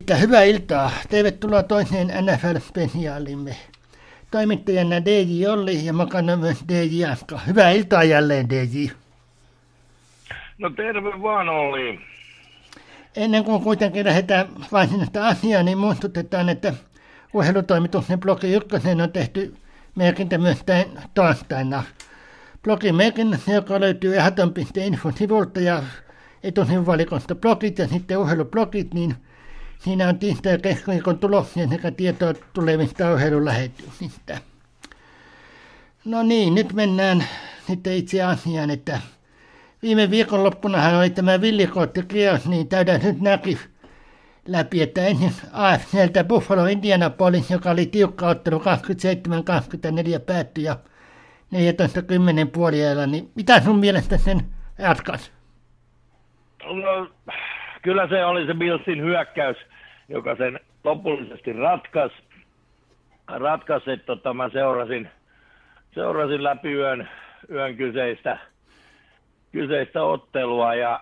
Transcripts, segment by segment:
Elikkä hyvää iltaa. Tervetuloa toiseen NFL-spesiaalimme. Toimittajana DJ Olli ja mukana myös DJ Aska. Hyvää iltaa jälleen, DJ. No terve vaan, Olli. Ennen kuin kuitenkin lähdetään varsinaista asiaa, niin muistutetaan, että urheilutoimituksen blogi ykkösen on tehty merkintä myös torstaina. Blogin merkinnässä, joka löytyy ehaton.info-sivulta ja etusivuvalikosta blogit ja sitten urheilublogit, niin siinä on tiistai- ja keskiviikon tuloksia sekä tietoa tulevista urheilulähetyksistä. No niin, nyt mennään sitten itse asiaan, että viime viikonloppunahan oli tämä villikorttikierros, niin käydään nyt näki läpi, että ensin AFC:ltä Buffalo Indianapolis, joka oli tiukka ottelu 27-24 päättyi ja 14-10 puoliajalla, niin mitä sun mielestä sen ratkaisi? No, kyllä se oli se Billsin hyökkäys, joka sen lopullisesti ratkaisi, että mä seurasin läpi yön kyseistä ottelua ja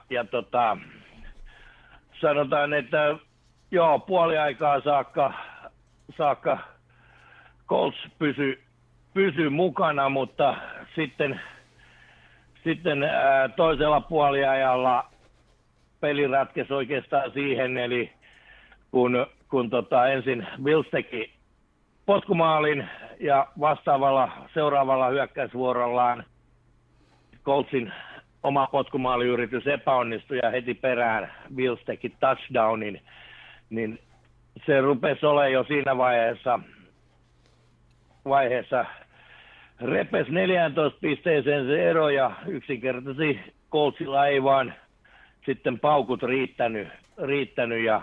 sanotaan, että joo, puoliaikaa saakka Colts pysy mukana, mutta sitten toisella puoliajalla peli ratkesi oikeastaan siihen, eli kun ensin Bills teki potkumaalin ja seuraavalla hyökkäysvuorollaan Coltsin oma potkumaaliyritys epäonnistui ja heti perään Bills teki touchdownin, niin se rupesi olemaan jo siinä vaiheessa repes 14 pisteeseen se ero ja yksinkertaisesti Coltsilla ei vaan sitten paukut riittänyt ja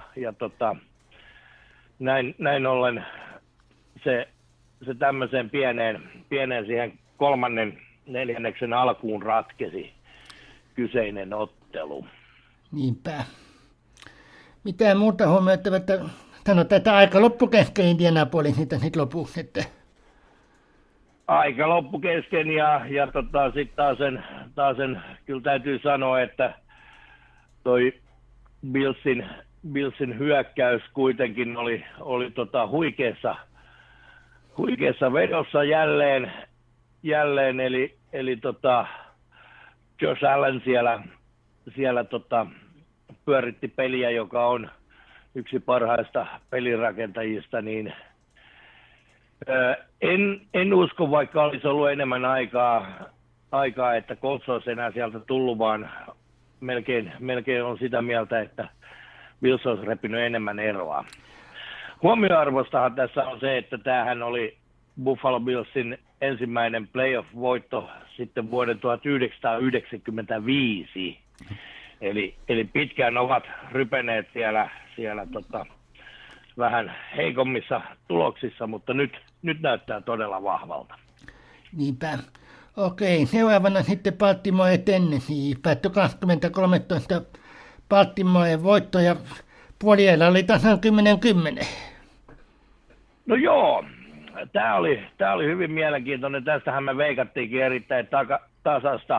näin ollen se tämmöiseen pieneen siihen kolmannen neljänneksen alkuun ratkesi kyseinen ottelu. Niinpä. Mitään muuta huomioitavaa, että sanotaan, että aika loppu kesken Indianapolisilta sitten lopuksi, että aika loppu kesken ja sitten taas kyllä täytyy sanoa, että toi Billsin hyökkäys kuitenkin oli huikeassa vedossa jälleen eli Josh Allen siellä pyöritti peliä, joka on yksi parhaista pelirakentajista, niin en usko, vaikka olisi ollut enemmän aikaa, että Colts olisi enää sieltä tullut, vaan melkein on sitä mieltä, että Bills olisi repinyt enemmän eroa. Huomioarvostahan tässä on se, että tämähän oli Buffalo Billsin ensimmäinen playoff-voitto sitten vuoden 1995. Eli pitkään ovat rypeneet siellä vähän heikommissa tuloksissa, mutta nyt näyttää todella vahvalta. Niinpä. Okei, seuraavana sitten Baltimore Tennessee. Päättyi 2013 Baltimore voitto ja puoliajalla oli tasan 10-10. No joo, tämä oli hyvin mielenkiintoinen. Tästähän me veikattiinkin erittäin tasasta.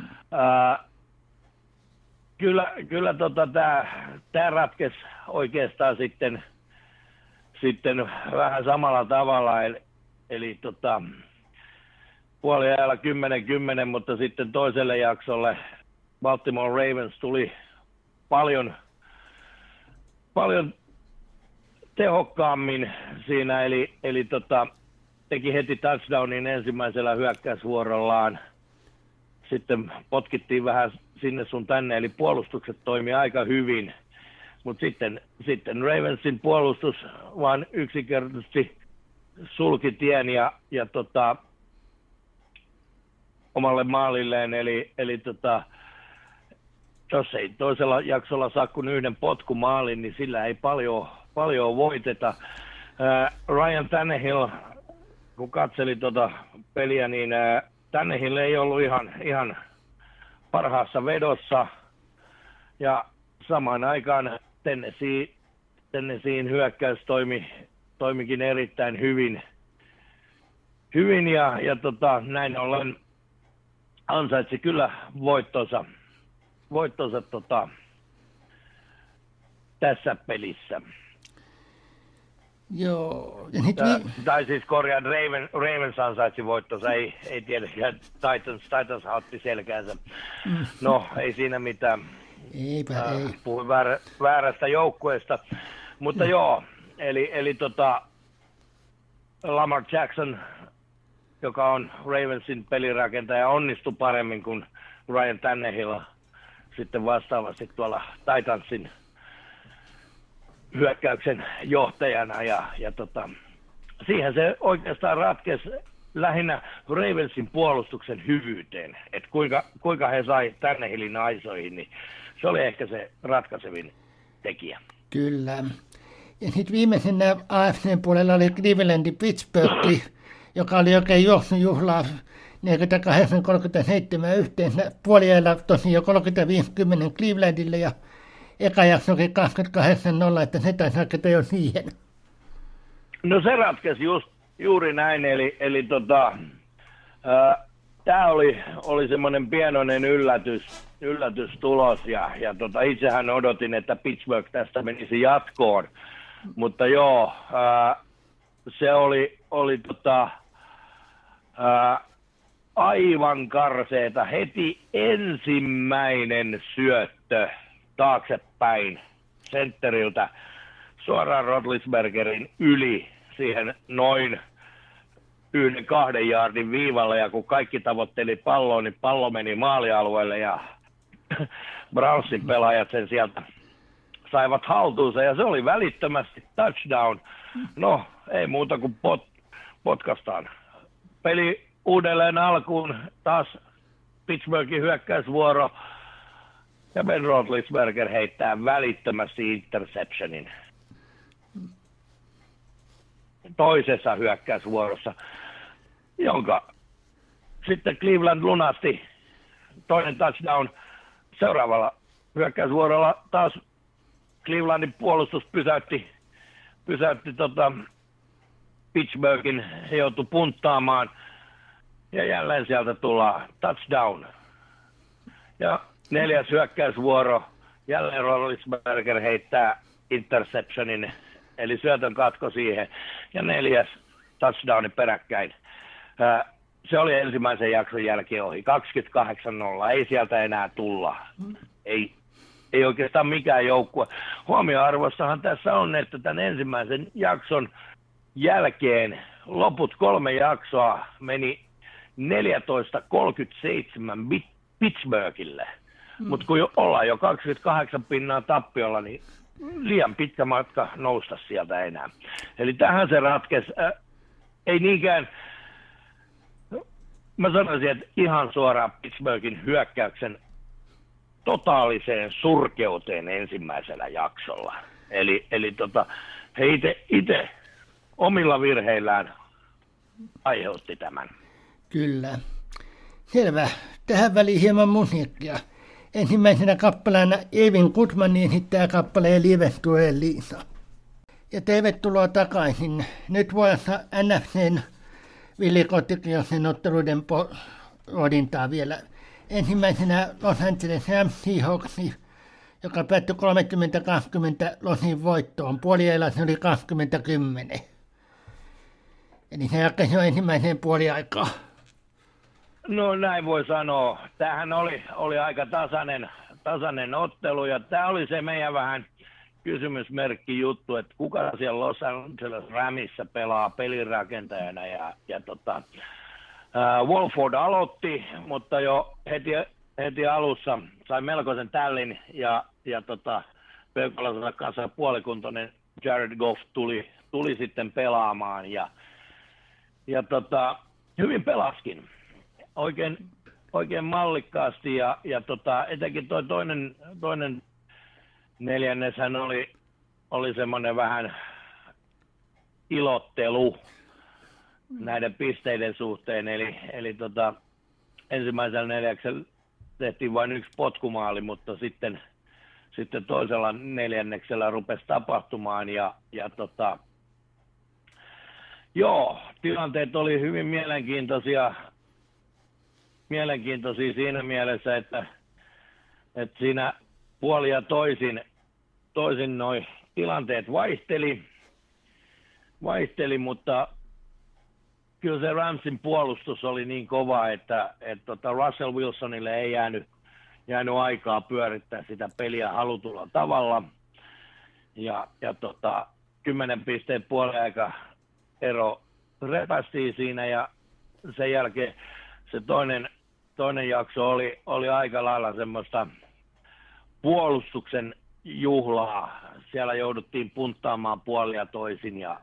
Kyllä tämä ratkesi oikeastaan sitten vähän samalla tavalla, eli puoliajalla 10-10, mutta sitten toiselle jaksolle Baltimore Ravens tuli paljon tehokkaammin siinä, eli teki heti touchdownin ensimmäisellä hyökkäysvuorollaan. Sitten potkittiin vähän sinne sun tänne, eli puolustukset toimi aika hyvin. Mutta sitten Ravensin puolustus vaan yksinkertaisesti sulki tien ja omalle maalilleen, eli jos ei toisella jaksolla saa kuin yhden potkumaalin, niin sillä ei paljon voiteta. Ryan Tannehill, kun katseli peliä, niin Tannehill ei ollut ihan parhaassa vedossa, ja samaan aikaan Tennesseein hyökkäys toimikin erittäin hyvin ja näin ollen ansaitsi kyllä voittonsa tässä pelissä. Joo. Ja tai siis korjaan, Ravens ansaitsi voittonsa, ei tietenkään Titans otti selkäänsä. No, ei siinä mitään. Ei. Puhuin väärästä joukkueesta. Mutta joo, eli Lamar Jackson, joka on Ravensin pelirakentaja, onnistui paremmin kuin Ryan Tannehill sitten vastaavasti tuolla Titansin hyökkäyksen johtajana. Ja siihen se oikeastaan ratkesi lähinnä Ravensin puolustuksen hyvyyteen. Että kuinka he sai Tannehillin aisoihin, niin se oli ehkä se ratkaisevin tekijä. Kyllä. Ja sitten viimeisenä AFC:n puolella oli Clevelandin Pittsburgh, joka oli oikein juossut juhlaa 48-37 yhteensä. Puoliajalla tosi jo 30-50 Clevelandille ja eka jakso oli 28-0, että se taisi hakata jo siihen. No se ratkesi juuri näin, eli tämä oli semmoinen pienoinen yllätystulos ja itsehän odotin, että Pittsburgh tästä menisi jatkoon, mutta joo, se oli aivan karseeta. Heti ensimmäinen syöttö taaksepäin sentteriltä suoraan Roethlisbergerin yli siihen noin 1-2 jaardin viivalle, ja kun kaikki tavoitteli palloa, niin pallo meni maalialueelle ja Brownsin pelaajat sen sieltä saivat haltuunsa ja se oli välittömästi touchdown. No, ei muuta kuin potkastaan. Peli uudelleen alkuun, taas Pittsburghin hyökkäysvuoro ja Ben Roethlisberger heittää välittömästi interceptionin toisessa hyökkäysvuorossa, jonka sitten Cleveland lunasti. Toinen touchdown seuraavalla hyökkäysvuorolla taas Clevelandin puolustus pysäytti Pittsburghin, he joutui punttaamaan ja jälleen sieltä tullaan touchdown. Ja neljäs hyökkäysvuoro, jälleen Roethlisberger heittää interceptionin, eli syötön katko siihen, ja neljäs touchdowni peräkkäin. Se oli ensimmäisen jakson jälkeen ohi, 28-0, ei sieltä enää tulla. Ei oikeastaan mikään joukkue. Huomioarvossahan tässä on, että tämän ensimmäisen jakson jälkeen loput 3 jaksoa meni 14-37 Pittsburghille. Mutta kun ollaan jo 28 pinnaa tappiolla, niin liian pitkä matka nousta sieltä enää. Eli tähän se ratkesi. Ei niinkään, mä sanoisin, että ihan suoraan Pittsburghin hyökkäyksen totaaliseen surkeuteen ensimmäisellä jaksolla. Eli he itse omilla virheillään aiheutti tämän. Kyllä. Selvä. Tähän väliin hieman musiikkia. Ensimmäisenä kappaleena Evan Goodman esittää kappaleen Live Liisa. Ja tervetuloa takaisin. Nyt vuodessa NFC:n villikotikiosen otteluiden odintaa vielä. Ensimmäisenä Los Angeles Rams Seahawks, joka päättyi 30-20 Losin voittoon. Puoliajalla se oli 20-10. Eli se jatkasi jo ensimmäiseen puoliaikaan. No näin voi sanoa. Tämähän oli aika tasainen ottelu, ja tämä oli se meidän vähän kysymysmerkki juttu, että kuka siellä Los Angeles Ramissa pelaa pelirakentajana, ja Wolford aloitti, mutta jo heti alussa sai melkoisen tällin, ja Peukalansa kanssa puolikuntoinen Jared Goff tuli sitten pelaamaan, ja hyvin pelaskin. Oikein mallikkaasti, ja etenkin toi toinen neljänneshän oli semmoinen vähän ilottelu näiden pisteiden suhteen, eli ensimmäisellä neljäksellä tehtiin vain 1 potkumaali, mutta sitten toisella neljänneksellä rupesi tapahtumaan, ja joo, tilanteet oli hyvin mielenkiintoisia siinä mielessä, että siinä puoli ja toisin noi tilanteet vaihteli. vaihteli, mutta kyllä se Ramsin puolustus oli niin kova, että Russell Wilsonille ei jäänyt aikaa pyörittää sitä peliä halutulla tavalla. Ja 10 pisteen puoliaika ero repästiin siinä ja sen jälkeen se toinen jakso oli aika lailla semmoista puolustuksen juhlaa. Siellä jouduttiin punttaamaan puolia toisin ja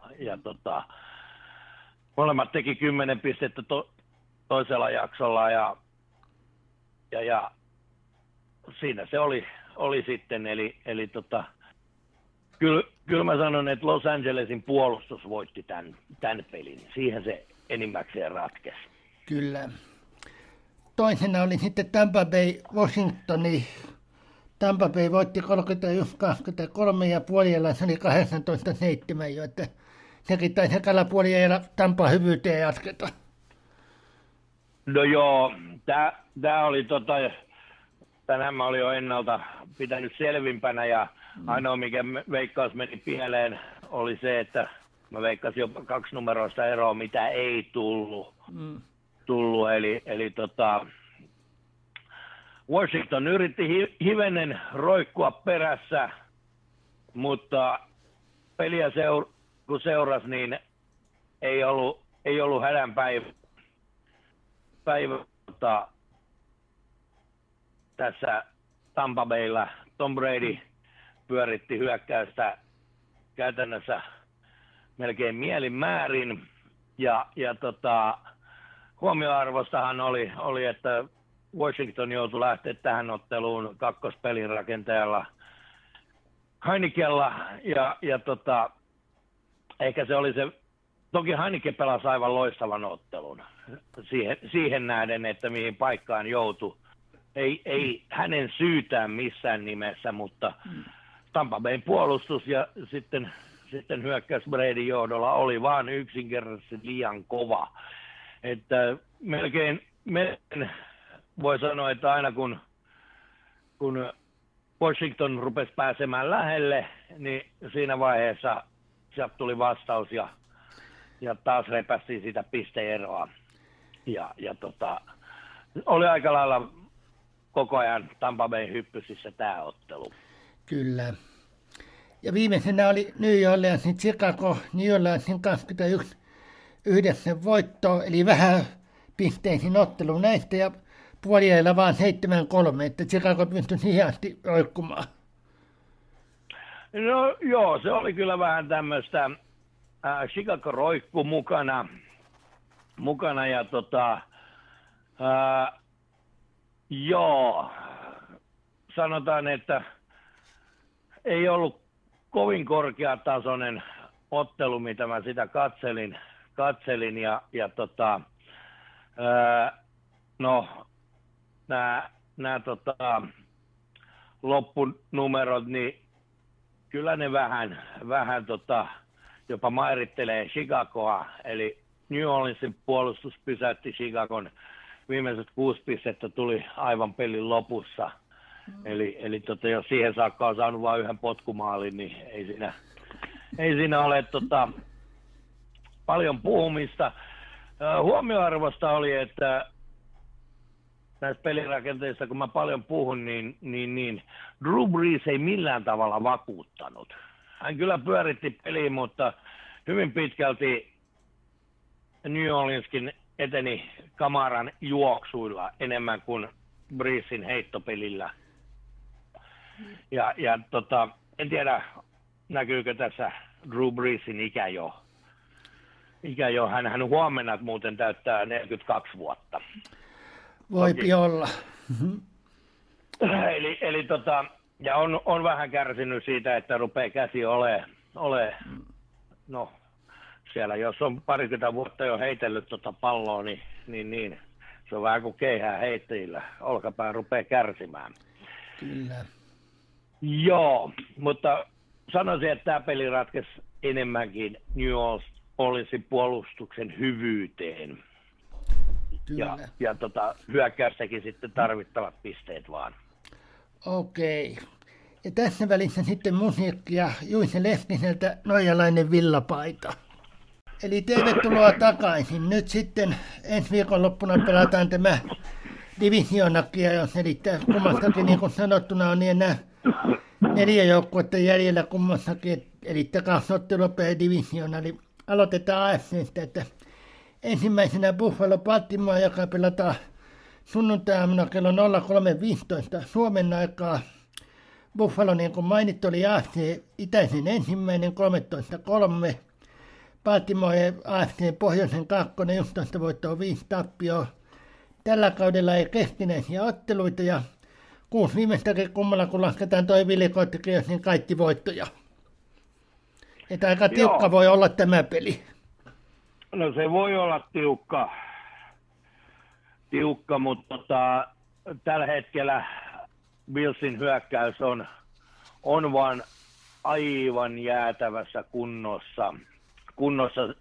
molemmat teki 10 pistettä toisella jaksolla ja siinä se oli sitten. Eli kyllä mä sanon, että Los Angelesin puolustus voitti tämän pelin. Siihen se enimmäkseen ratkesi. Kyllä. Toisena oli sitten Tampa Bay Washingtoni. Tampa Bay voitti 31-23 ja puoliajalla se oli 18-7, joten sekin taisi ekalla puoliajalla Tampaa hyvyyteen jatketa. No joo, tää oli tänään mä olin jo ennalta pitänyt selvimpänä ja ainoa mikä veikkaus meni pieleen oli se, että mä veikkasin jopa 2 numeroista eroa, mitä ei tullut. Eli Washington yritti hivenen roikkua perässä, mutta peliä kun seurasi, niin ei ollut hädän päivä tässä Tampa Baylla. Tom Brady pyöritti hyökkäystä käytännössä melkein mielin määrin ja huomioarvostahan oli, että Washington joutui lähteä tähän otteluun kakkospelin rakentajalla Heinikella ja ehkä se oli se, toki Heinike pelasi aivan loistavan ottelun siihen nähden, että mihin paikkaan joutui. Ei hänen syytään missään nimessä, mutta Tampa Bayn puolustus ja sitten hyökkäys Bradyn johdolla oli vaan yksinkertaisesti liian kova. Että melkein voi sanoa, että aina kun Washington rupesi pääsemään lähelle, niin siinä vaiheessa sieltä tuli vastaus ja taas repästiin sitä pisteeroa. Ja oli aika lailla koko ajan Tampa Bay hyppysissä tämä ottelu. Kyllä. Ja viimeisenä oli New Orleansin Chicago, New Orleansin 21-9 voitto, eli vähän pisteisin ottelu näistä ja puoliajalla vaan 7-3, että Chicago pystyi siihen asti roikkumaan. No joo, se oli kyllä vähän tämmöistä Chicago roikku mukana ja joo, sanotaan, että ei ollut kovin korkeatasoinen ottelu, mitä mä sitä katselin ja no nämä loppunumerot, niin kyllä ne vähän jopa mairittelee Chicagoa, eli New Orleansin puolustus pysäytti Chicagon. Viimeiset 6 pistettä tuli aivan pelin lopussa. Eli jos siihen saakka on saanut vain yhden potkumaalin, niin ei siinä ole paljon puhumista. Huomioarvosta oli, että näistä pelirakenteista, kun mä paljon puhun, niin Drew Brees ei millään tavalla vakuuttanut. Hän kyllä pyöritti peliä, mutta hyvin pitkälti New Orleanskin eteni Kamaran juoksuilla enemmän kuin Breesin heittopelillä. Ja en tiedä, näkyykö tässä Drew Breesin ikä jo. Hän huomenna muuten täyttää 42 vuotta. Voipi olla. Eli ja on vähän kärsinyt siitä, että rupeaa käsi ole no siellä jos on 20 vuotta jo heitellyt palloa, niin se on vähän kuin keihää heittäjillä. Olkapää rupeaa kärsimään. Kyllä. Joo, mutta sanoisin, että tämä peli ratkesi enemmänkin New Orleansin puolustuksen hyvyyteen. Kyllä. Ja hyökkäystäkin sitten tarvittavat pisteet vaan. Okei. Ja tässä välissä sitten musiikkia Juise Lehtiseltä Noijalainen villapaita. Eli tervetuloa takaisin. Nyt sitten ensi viikonloppuna pelataan tämä divisioonakia, eli kummassakin, niin kuin sanottuna, on enää 4 joukkuetta jäljellä kummassakin, eli 2 ottelua per divisioona. Eli aloitetaan AFC:stä, että ensimmäisenä Buffalo Baltimore, joka pelataan sunnuntai-aamuna kello 03.15 Suomen aikaa. Buffalo, niin kuin mainittu, oli AFC itäisen ensimmäinen 13-3. Baltimore AFC pohjoisen 2, 11 voittoa 5 tappioa. Tällä kaudella ei keskinäisiä otteluita ja 6 viimeistäkin kummalla, kun lasketaan toi vilikoittikirjas, niin kaikki voittoja. Että aika tiukka voi olla tämä peli. No se voi olla tiukka, mutta tällä hetkellä Billsin hyökkäys on vaan aivan jäätävässä kunnossa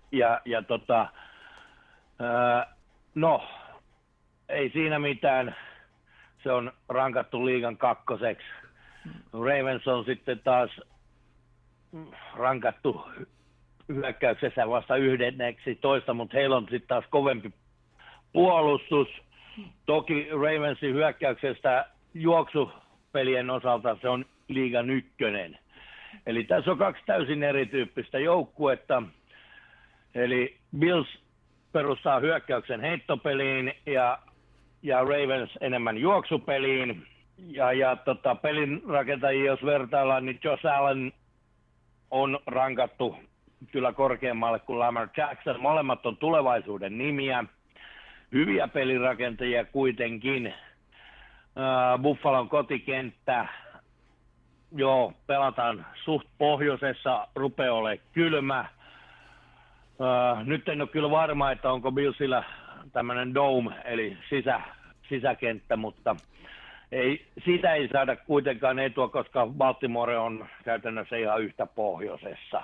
no ei siinä mitään, se on rankattu liigan 2. Ravens on sitten taas rankattu hyökkäyksessä vasta 11, mutta heillä on sitten taas kovempi puolustus. Toki Ravensin hyökkäyksestä juoksupelien osalta se on liigan 1. Eli tässä on 2 täysin erityyppistä joukkuetta. Eli Bills perustaa hyökkäyksen heittopeliin ja Ravens enemmän juoksupeliin. Ja pelin rakentajia, jos vertaillaan, niin Josh Allen on rankattu kyllä korkeammalle kuin Lamar Jackson. Molemmat on tulevaisuuden nimiä. Hyviä pelirakentajia kuitenkin. Buffalon kotikenttä. Joo, pelataan suht pohjoisessa, rupeaa olemaan kylmä. Nyt en ole kyllä varma, että onko Billsillä tämmöinen dome, eli sisäkenttä, mutta siitä ei saada kuitenkaan etua, koska Baltimore on käytännössä ihan yhtä pohjoisessa.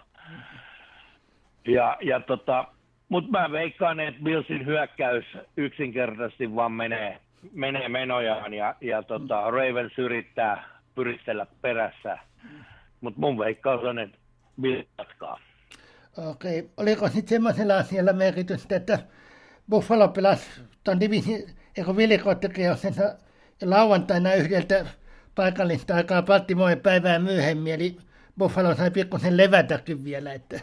Mutta mä veikkaan, että Billsin hyökkäys yksinkertaisesti vaan menee menojaan ja Ravens yrittää pyristellä perässä, mutta mun veikkaus on, että Bill jatkaa. Okei, oliko sitten semmoisella asialla merkitystä, että Buffalo pelasi tuon vilikoittikierroksensa lauantaina yhdeltä paikallista aikaa Baltimoren päivää myöhemmin, eli Buffalo sai pikkusen levätäkin vielä, että...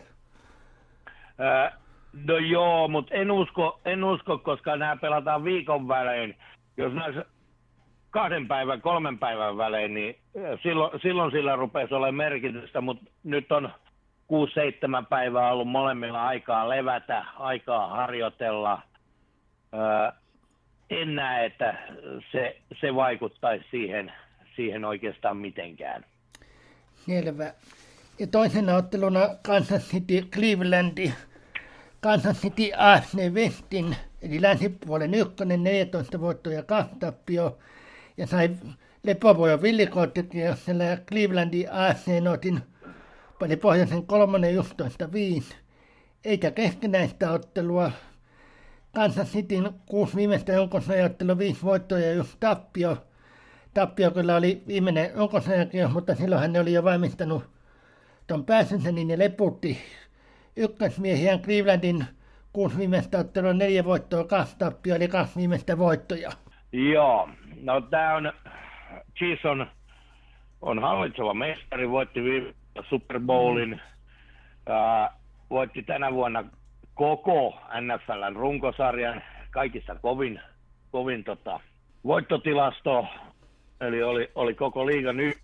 No joo, mutta en usko, koska nämä pelataan viikon välein. Jos näissä 2 päivän, 3 päivän välein, niin silloin sillä rupesi olemaan merkitystä, mutta nyt on 6-7 päivää ollut molemmilla aikaa levätä, aikaa harjoitella. En näe, että se vaikuttaisi siihen oikeastaan mitenkään. Selvä. Ja toisena otteluna Kansas City Clevelandi. Kansas City AFC Westin, eli länsipuolen 1, 14 voittoa ja 2 tappioa. Ja sai lepovuoron villikootikierroksella ja Clevelandin AFC Northin oli pohjoisen 3, 11-5. Eikä keskenäistä ottelua. Kansas Cityn 6 viimeistä runkosarjaottelua 5 voittoa ja 1 tappio. Tappio kyllä oli viimeinen runkosarjakierros, mutta silloin hän oli jo valmistanut tuon pääsynsä, niin ne leputti ykkösmiehiään Clevelandin 6 viimeistä ottelua 4 voittoa 2 tappio, eli 2 viimeistä voittoja. Joo, no tää on, Chiefs on hallitseva mestari, voitti viime Super Bowlin, voitti tänä vuonna koko NFL:n runkosarjan, kaikista kovin voittotilasto, eli oli koko liigan 1.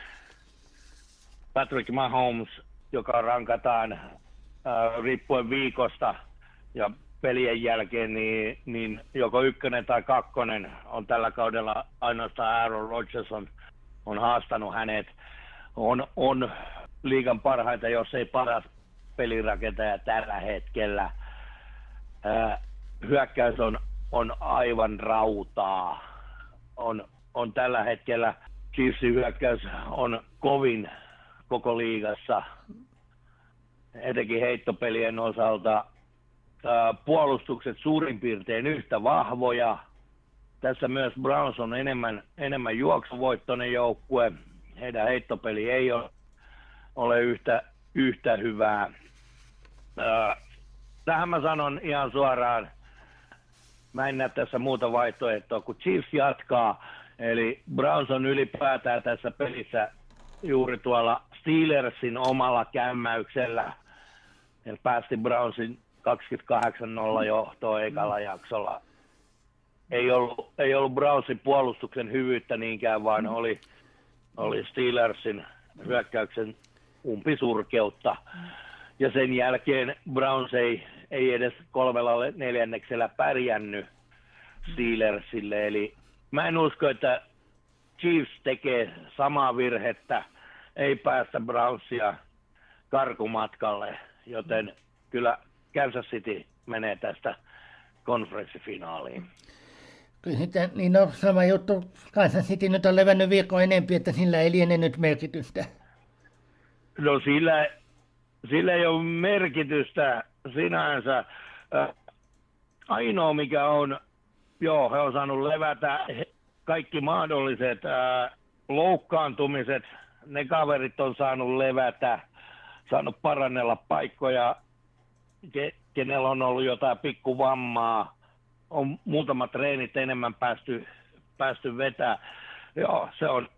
Patrick Mahomes, joka rankataan riippuen viikosta ja pelien jälkeen, niin joko 1 tai 2 on tällä kaudella ainoastaan Aaron Rodgers on haastanut hänet. On liigan parhaita, jos ei paras pelirakentaja tällä hetkellä. Hyökkäys on aivan rautaa. On tällä hetkellä Chiefsin hyökkäys on kovin koko liigassa, etenkin heittopelien osalta. Puolustukset suurin piirtein yhtä vahvoja. Tässä myös Browns on enemmän juoksuvoittoinen joukkue. Heidän heittopeli ei ole yhtä hyvää. tähän mä sanon ihan suoraan, mä en näe tässä muuta vaihtoehtoa, kun Chiefs jatkaa, eli Browns on ylipäätään tässä pelissä juuri tuolla Steelersin omalla kämmäyksellä. Ja päästi Brownsin 28-0 johtoon ekalla jaksolla. Ei ollut Brownsin puolustuksen hyvyyttä niinkään, vaan oli Steelersin hyökkäyksen umpisurkeutta. Ja sen jälkeen Browns ei edes 3/4 pärjännyt Steelersille. Eli mä en usko, että Chiefs tekee samaa virhettä, ei päästä Brownsia karkumatkalle, joten kyllä Kansas City menee tästä konferenssifinaaliin. Kyllä sitä, niin no sama juttu, Kansas City nyt on levännyt viikko enempi, että sillä ei liene nyt merkitystä. No sillä ei ole merkitystä sinänsä. Ainoa mikä on, he on saanut levätä kaikki mahdolliset loukkaantumiset, ne kaverit on saanut levätä, saanut parannella paikkoja, kenellä on ollut jotain pikkuvammaa, on muutamat treenit enemmän päästy vetää. Joo,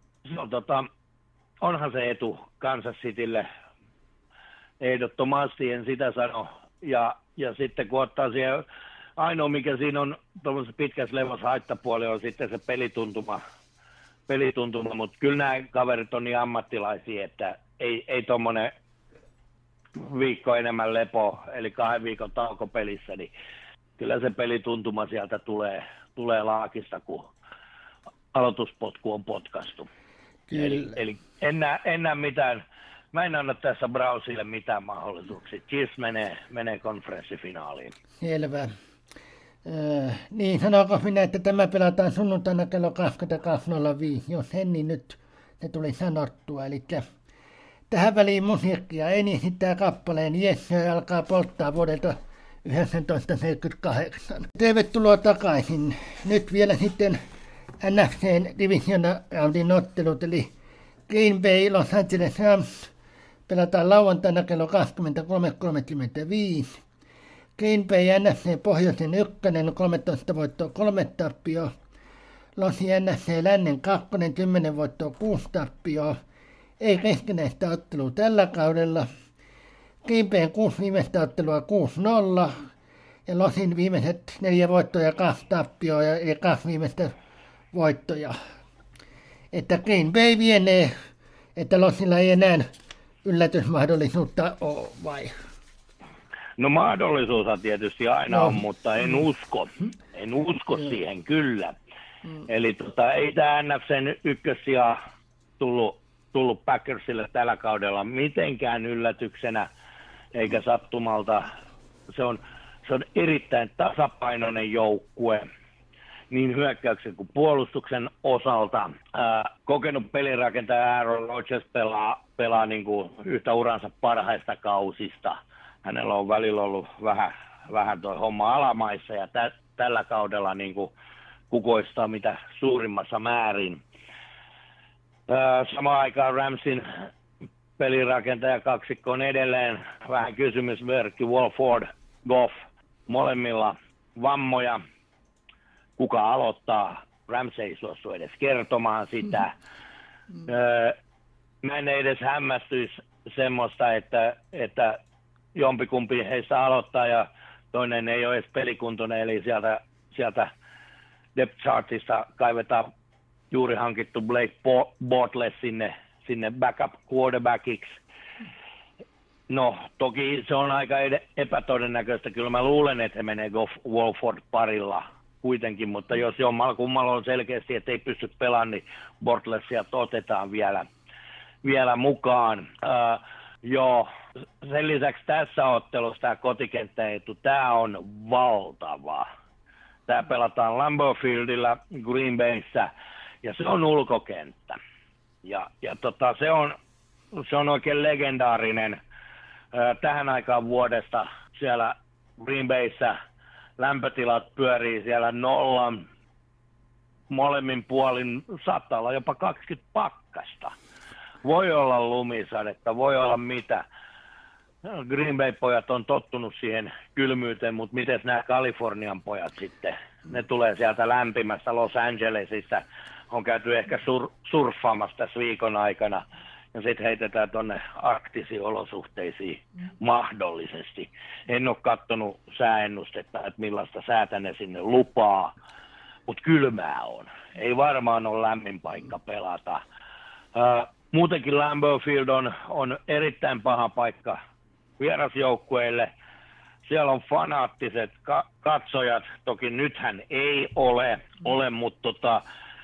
onhan se etu Kansas Citylle, ehdottomasti en sitä sano. Ja sitten kun ottaa siihen, ainoa mikä siinä on tuollaisessa pitkässä levossa haittapuoli on sitten se pelituntuma, mutta kyllä nämä kaverit on niin ammattilaisia, että ei tuommoinen viikko enemmän lepo, eli 2 viikon tauko pelissä, niin kyllä se pelituntuma sieltä tulee laakista, kun aloituspotku on potkastu. Eli en näe mitään, mä en anna tässä Brownsille mitään mahdollisuuksia. Chiefs menee konferenssifinaaliin. Selvä. Niin, sanoinko minä, että tämä pelataan sunnuntaina kello 22.05, jos Henni nyt ne tuli sanottua. Eli tähän väliin musiikkia en esittää kappaleen Yes, alkaa polttaa vuodelta 1948. Tervetuloa takaisin. Nyt vielä sitten NFC:n divisionaroundin ottelut, eli Green Bay, Los Angeles Rams pelataan lauantaina kello 23.35. Green Bay NFC pohjoisen 1, 13 voittoa 3 tappioa. Losi NFC lännen 2, 10 voittoa 6 tappioa. Ei keskenäistä ottelua tällä kaudella. Green Bayn 6 viimeistä ottelua 6-0. Ja Losin viimeiset 4 voittoa ja 2 tappioa ja 2 viimeistä voittoja. Että Green Bay vienee, että Losilla ei enää yllätysmahdollisuutta ole, vai? No mahdollisuushan tietysti aina on, mutta en usko siihen kyllä. Eli ei tämä NFC:n ykkössija tullut Packersille tällä kaudella mitenkään yllätyksenä eikä sattumalta. Se on erittäin tasapainoinen joukkue niin hyökkäyksen kuin puolustuksen osalta. Kokenut pelirakentaja Aaron Rodgers pelaa niin kuin yhtä uransa parhaista kausista. Hänellä on välillä ollut vähän toi homma alamaissa ja tällä kaudella niin kuin kukoistaa mitä suurimmassa määrin. Samaan aikaan Ramsin pelirakentaja kaksikko on edelleen vähän kysymysmerkki. Wolford, Goff, molemmilla vammoja. Kuka aloittaa? Rams ei suostu edes kertomaan sitä. Mä en edes hämmästyisi semmoista, että jompikumpi heistä aloittaa ja toinen ei ole edes pelikuntoinen, eli sieltä depth chartista kaivetaan juuri hankittu Blake Bortles sinne backup quarterbackiksi. No, toki se on aika epätodennäköistä. Kyllä mä luulen, että he menee Wolford parilla kuitenkin, mutta jos jommalla kummalla on selkeästi, että ei pysty pelaamaan, niin Bortlesia otetaan vielä mukaan. Sen lisäksi tässä ottelussa tämä kotikenttäetu, tämä on valtava. Tämä pelataan Lambeau Fieldillä Green Bayssä ja se on ulkokenttä. Ja se on oikein legendaarinen tähän aikaan vuodesta siellä Green Bayssä. Lämpötilat pyörii siellä nollan molemmin puolin, saattaa olla jopa 20 pakkasta. Voi olla lumisadetta, voi olla mitä. No, Green Bay-pojat on tottunut siihen kylmyyteen, mutta miten nämä Kalifornian pojat sitten? Ne tulee sieltä lämpimästä Los Angelesista. On käyty ehkä surffaamassa tässä viikon aikana. Ja sitten heitetään tuonne arktisiin olosuhteisiin mahdollisesti. En ole katsonut sääennustetta, että millaista säätä ne sinne lupaa, mutta kylmää on. Ei varmaan ole lämmin paikka pelata. Muutenkin Lambeau Field on erittäin paha paikka vierasjoukkueille. Siellä on fanaattiset katsojat, toki nythän ei ole mutta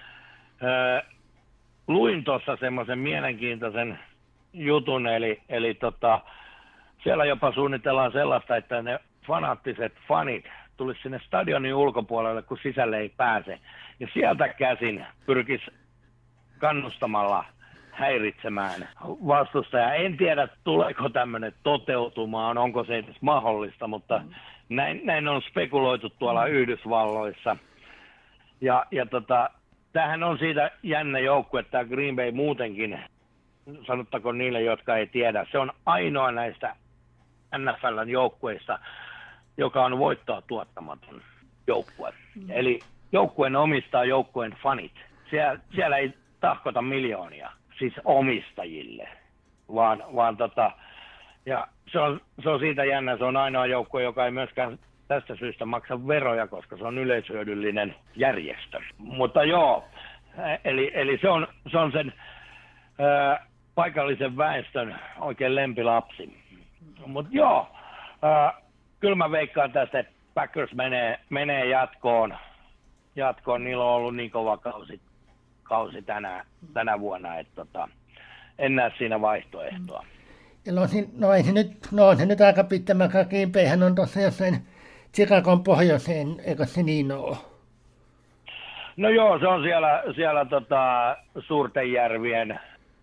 luin tuossa semmoisen mielenkiintoisen jutun, eli siellä jopa suunnitellaan sellaista, että ne fanaattiset fanit tulisi sinne stadionin ulkopuolelle, kun sisälle ei pääse. Ja sieltä käsin pyrkisi kannustamalla häiritsemään vastustajaa. En tiedä, tuleeko tämmöinen toteutumaan, onko se edes mahdollista, mutta näin on spekuloitu tuolla Yhdysvalloissa. Ja tämähän on siitä jännä joukkue, että tämä Green Bay muutenkin, sanottako niille, jotka ei tiedä, se on ainoa näistä NFL:n joukkueista, joka on voittoa tuottamaton joukkue. Eli joukkueen omistaa joukkueen fanit. Siellä ei tahkota miljoonia, siis omistajille, vaan ja se on siitä jännä, se on ainoa joukkue, joka ei myöskään tästä syystä maksa veroja, koska se on yleishyödyllinen järjestö. Mutta joo, eli se on sen paikallisen väestön oikein lempilapsi. Mutta joo, kyllä mä veikkaan tästä, että Packers menee jatkoon. Niillä on ollut niin kova kausi tänä vuonna, että en näe siinä vaihtoehtoa. On se nyt aika pitkä Green Bayhän on tuossa jossain Chicagon pohjoiseen, eikö se niin ole? No joo, se on siellä Suurten järvien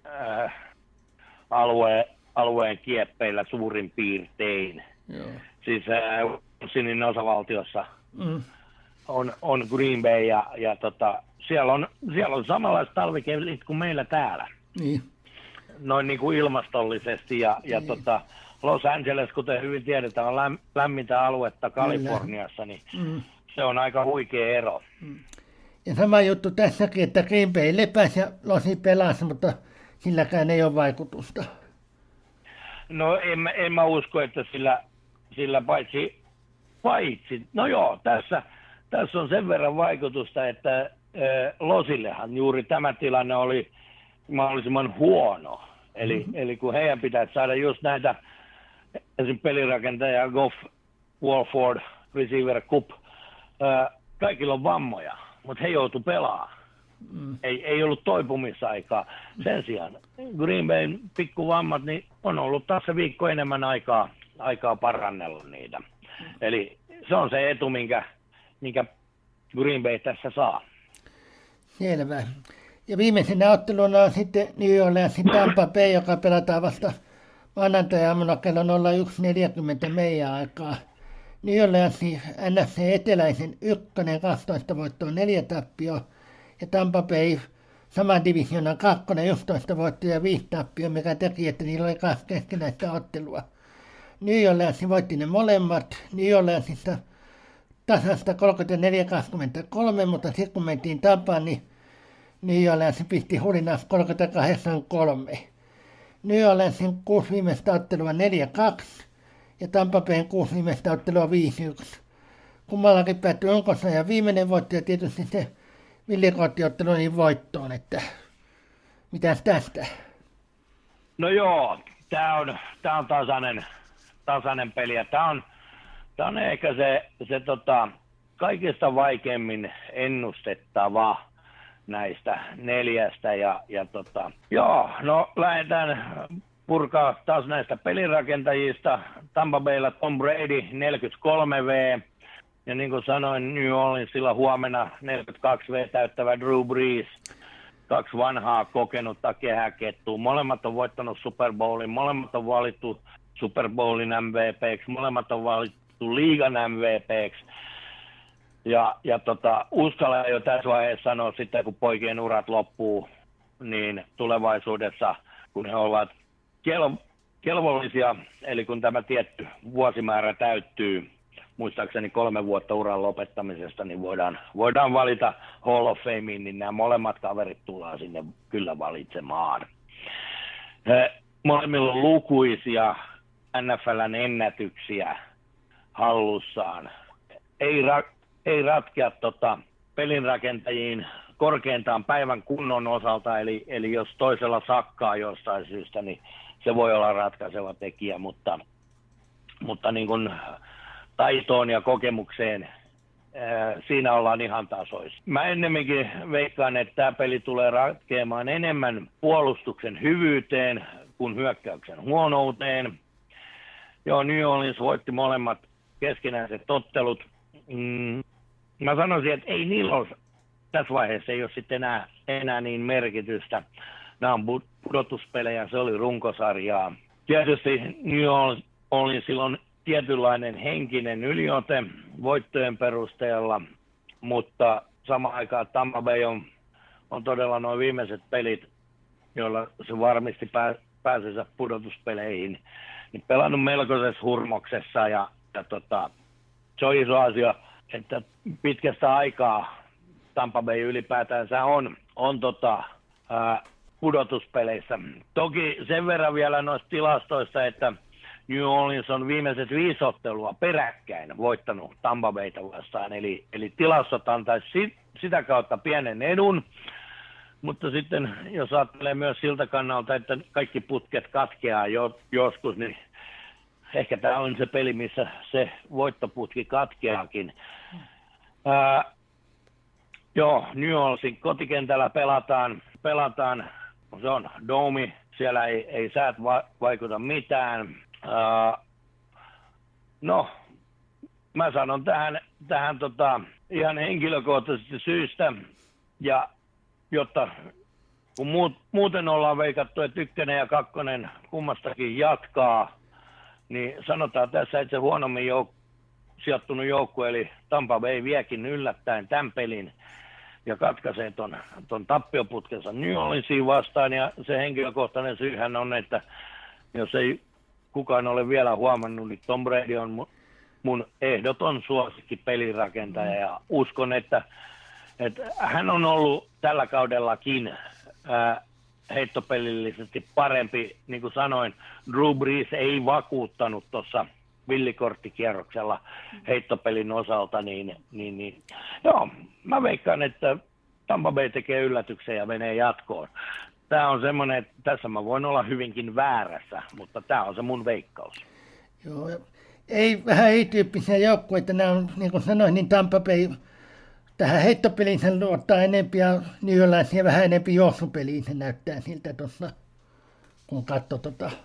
alueen kieppeillä suurin piirtein. Joo. Siis Wisconsin osavaltiossa on Green Bay ja siellä on samanlaiset talvikelit kuin meillä täällä. Niin. Noin niin kuin ilmastollisesti ja Los Angeles, kuten hyvin tiedetään, on lämmintä aluetta Kaliforniassa, niin se on aika huikea ero. Ja sama juttu tässäkin, että Green Bay lepäsi ja Losi pelasi, mutta silläkään ei ole vaikutusta. No en mä usko, että sillä paitsi, no joo, tässä on sen verran vaikutusta, että Losillehan juuri tämä tilanne oli mahdollisimman huono. Eli kun heidän pitäisi saada just näitä esimerkiksi pelirakentajia, Goff, Walford, Receiver, Cup, kaikilla on vammoja, mutta he joutu pelaamaan. Ei ollut toipumisaikaa. Sen sijaan Green Bayn pikkuvammat, niin on ollut taas se viikko enemmän aikaa parannella niitä. Eli se on se etu, minkä Green Bay tässä saa. Selvä. Ja viimeisenä otteluna on sitten New Orleansin Tampa Bay, joka pelataan vasta maanantai-aamuna kello 01.40 meidän aikaa. New Orleansin NFC eteläisen 1, 12 voittoa, 4 tappioa. Ja Tampa Bay saman divisioonan 2, 11 voittoa ja 5 tappioa, mikä teki, että niillä oli 2 keskenäistä ottelua. New Orleans voitti ne molemmat. New Orleansista tasasta 34-23, mutta sitten kun mentiin Tampaan, niin New Orleans pisti hulinassa 38-3. New Orleansin 6 viimeistä ottelua 4-2 ja Tampa Bayn 6 viimeistä ottelua 5-1. Kummallakin päättyi onkossa ja viimeinen voitto ja tietysti se villikoottiottelu niin voittoon, että mitäs tästä? No joo, tää on tasainen peli ja tää on ehkä se kaikista vaikeimmin ennustettava näistä 4 joo, no lähdetään purkaa taas näistä pelirakentajista. Tampa Baylla Tom Brady 43V ja niin kuin sanoin, New Orleansilla huomenna 42V täyttävä Drew Brees. 2 vanhaa kokenutta kehäkettua. Molemmat on voittanut Super Bowlin, molemmat on valittu Super Bowlin MVP:ksi, molemmat on valittu liigan MVP:ksi. Ja uskallan jo tässä vaiheessa sanoa sitten, kun poikien urat loppuu, niin tulevaisuudessa, kun he ovat kelvollisia, eli kun tämä tietty vuosimäärä täyttyy, muistaakseni 3 vuotta uran lopettamisesta, niin voidaan valita Hall of Fameen, niin nämä molemmat kaverit tullaan sinne kyllä valitsemaan. Molemmilla on lukuisia NFL:n ennätyksiä hallussaan. Ei ratkea pelinrakentajiin korkeintaan päivän kunnon osalta, eli jos toisella sakkaa jostain syystä, niin se voi olla ratkaiseva tekijä, mutta niin kuin taitoon ja kokemukseen siinä ollaan ihan tasoissa. Mä ennemminkin veikkaan, että tämä peli tulee ratkeamaan enemmän puolustuksen hyvyyteen kuin hyökkäyksen huonouteen. Joo, New Orleans voitti molemmat keskinäiset ottelut. Mä sanoisin, että ei niillä ole, tässä vaiheessa ei ole sitten enää niin merkitystä. Nämä on pudotuspelejä, se oli runkosarjaa. Tietysti New Orleansilla on tietynlainen henkinen yliote voittojen perusteella, mutta samaan aikaan Tampa Bay on todella nuo viimeiset pelit, joilla se varmisti pääsensä pudotuspeleihin, niin pelannut melkoisessa hurmoksessa ja se on iso asia, että pitkästä aikaa Tampa Bay ylipäätänsä on pudotuspeleissä. Toki sen verran vielä noista tilastoista, että New Orleans on viimeiset 5 ottelua peräkkäin voittanut Tampa Bayta vastaan, eli tilastot antaisi sitä kautta pienen edun, mutta sitten jos ajattelee myös siltä kannalta, että kaikki putket katkeaa joskus, niin ehkä tämä on se peli, missä se voittoputki katkeakin. Joo, New Orleansin kotikentällä pelataan, se on domi, siellä ei säät vaikuta mitään. No, mä sanon tähän ihan henkilökohtaisesta syystä, ja jotta kun muuten ollaan veikattu, että 1 ja 2 kummastakin jatkaa, niin sanotaan tässä, että se huonommin sijoittunut joukkue, eli Tampa Bay viekin yllättäen tämän pelin ja katkaisee ton tappioputkensa New Orleansiin vastaan, ja se henkilökohtainen syyhän on, että jos ei kukaan ole vielä huomannut, niin Tom Brady on mun ehdoton suosikki pelirakentaja, ja uskon, että hän on ollut tällä kaudellakin heittopelillisesti parempi. Niin kuin sanoin, Drew Brees ei vakuuttanut tuossa villikorttikierroksella heittopelin osalta, niin joo, mä veikkaan, että Tampa Bay tekee yllätyksen ja menee jatkoon. Tämä on semmoinen, että tässä mä voin olla hyvinkin väärässä, mutta tämä on se mun veikkaus. Joo, vähän ei-tyyppisiä joukkueita. Nämä on, niin kuin sanoin, niin Tampa Bay tähän heittopeliin se luottaa enempi ja New Orleans vähän enempi juoksupeliin se näyttää siltä tuossa, kun katsoo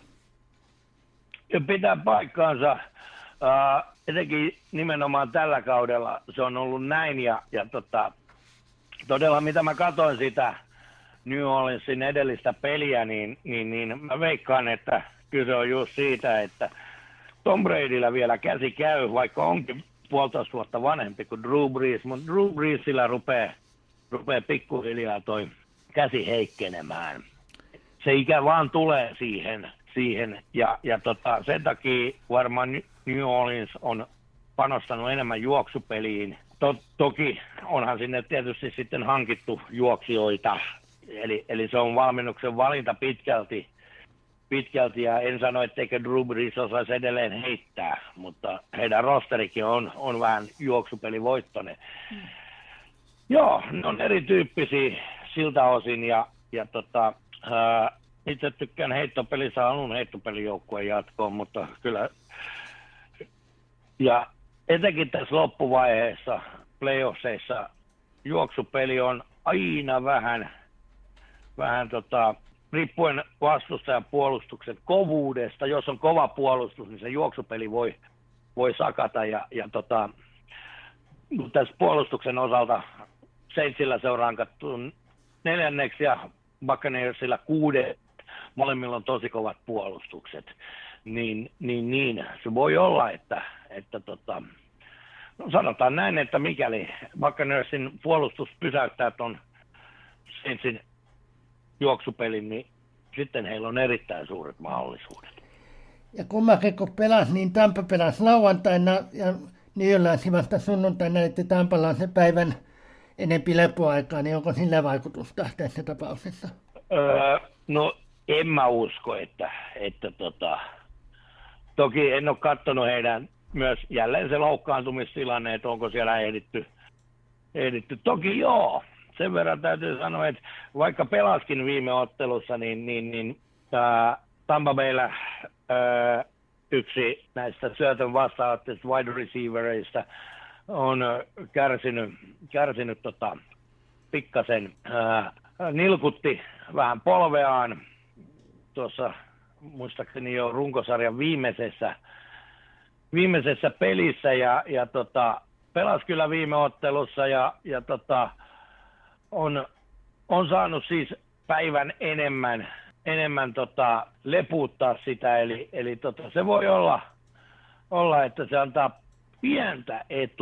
Ja pitää paikkaansa. Etenkin nimenomaan tällä kaudella se on ollut näin ja todella mitä mä katsoin sitä New Orleansin edellistä peliä, niin mä veikkaan, että kyse on just siitä, että Tom Bradyllä vielä käsi käy, vaikka onkin 1,5 vuotta vanhempi kuin Drew Brees, mutta Drew Breesillä rupeaa pikkuhiljaa toi käsi heikkenemään. Se ikä vaan tulee siihen ja sen takia varmaan New Orleans on panostanut enemmän juoksupeliin. Toki onhan sinne tietysti sitten hankittu juoksijoita, eli se on valmennuksen valinta pitkälti ja en sano, etteikö Drew Brees osaisi edelleen heittää, mutta heidän rosterikin on vähän juoksupelivoittoinen. Joo, ne on erityyppisiä siltä osin ja itse tykkään heittopelissä, haluan heittopelijoukkueen jatkoon, mutta kyllä ja etenkin tässä loppuvaiheessa playoffseissa juoksupeli on aina vähän riippuen vastustajan puolustuksen kovuudesta. Jos on kova puolustus, niin se juoksupeli voi sakata. Tässä puolustuksen osalta Saintsillä seuraan katsoen 4. ja Buccaneersilla 6. Molemmilla on tosi kovat puolustukset. Niin se voi olla, että no sanotaan näin, että mikäli Buccaneersin puolustus pysäyttää ton Saintsin juoksupelin, niin sitten heillä on erittäin suuret mahdollisuudet. Ja kummakin kun pelasi, niin Tampa pelasi lauantaina ja New Orleans vasta sunnuntaina, että Tampalla on se päivän enempi lepoaikaa, niin onko sillä vaikutusta tässä tapauksessa? No en mä usko, että toki en ole katsonut heidän myös jälleen se loukkaantumistilanne, että onko siellä ehditty. Toki joo, sen verran täytyy sanoa, että vaikka pelaskin viime ottelussa, niin Tampa Bayllä yksi näistä syötön vastaanotteista wide receivereista on kärsinyt pikkasen, nilkutti vähän polveaan tuossa muistaakseni jo runkosarjan viimeisessä pelissä ja pelasi kyllä viime ottelussa ja on saanut siis päivän enemmän leputtaa sitä, eli se voi olla, että se antaa pientä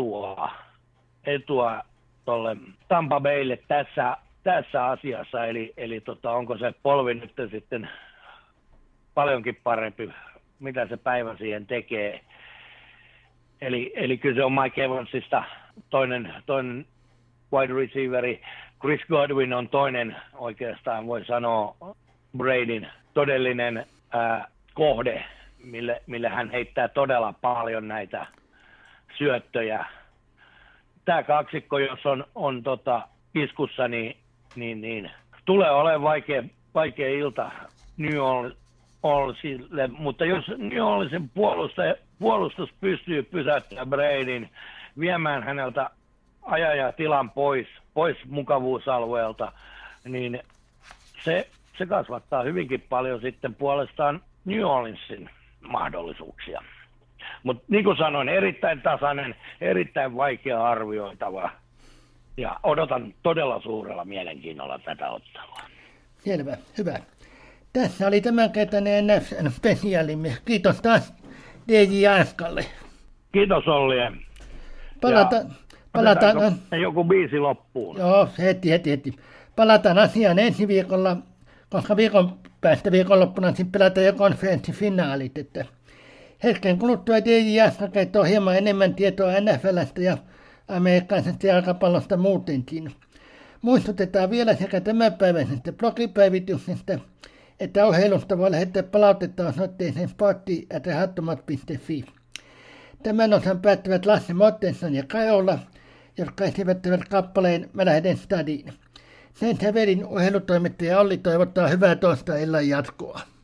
etua tuolle Tampa Baylle tässä asiassa, eli onko se polvi nyt sitten paljonkin parempi, mitä se päivä siihen tekee. Eli kyllä se on Mike Evansista toinen wide receiveri. Chris Godwin on toinen, oikeastaan voi sanoa, Bradyn todellinen kohde, mille hän heittää todella paljon näitä syöttöjä. Tämä kaksikko, jos on iskussa, niin tulee olemaan vaikea ilta New Orleansille, mutta jos New Orleansin puolustus pystyy pysäyttämään Bradyn, viemään häneltä ajajatilan pois mukavuusalueelta, niin se kasvattaa hyvinkin paljon sitten puolestaan New Orleansin mahdollisuuksia. Mutta niin kuin sanoin, erittäin tasainen, erittäin vaikea arvioitava. Ja odotan todella suurella mielenkiinnolla tätä ottelua. Selvä, hyvä. Tässä oli tämänkertainen NFL-spesiaalimme. Kiitos taas DJ Askalle. Kiitos Olli. Palataan. Joku biisi loppuun. Joo, heti. Palataan asiaan ensi viikolla, koska viikon päästä viikonloppuna sitten pelataan jo konferenssifinaalit. Että hetken kuluttua DJ Aska kertoo hieman enemmän tietoa NFL:stä ja amerikkalaisesta jalkapallosta muutenkin. Muistutetaan vielä sekä tämänpäiväisestä blogipäivityksestä että oheilusta voi lähettää palautetta osoitteeseen sportti@hattomat.fi. Tämän osan päättävät Lasse Mortenson ja Kajola, jotka esittävät kappaleen Mä lähden stadiin. Sen sävelin oheilutoimittaja Olli toivottaa hyvää toista illan jatkoa.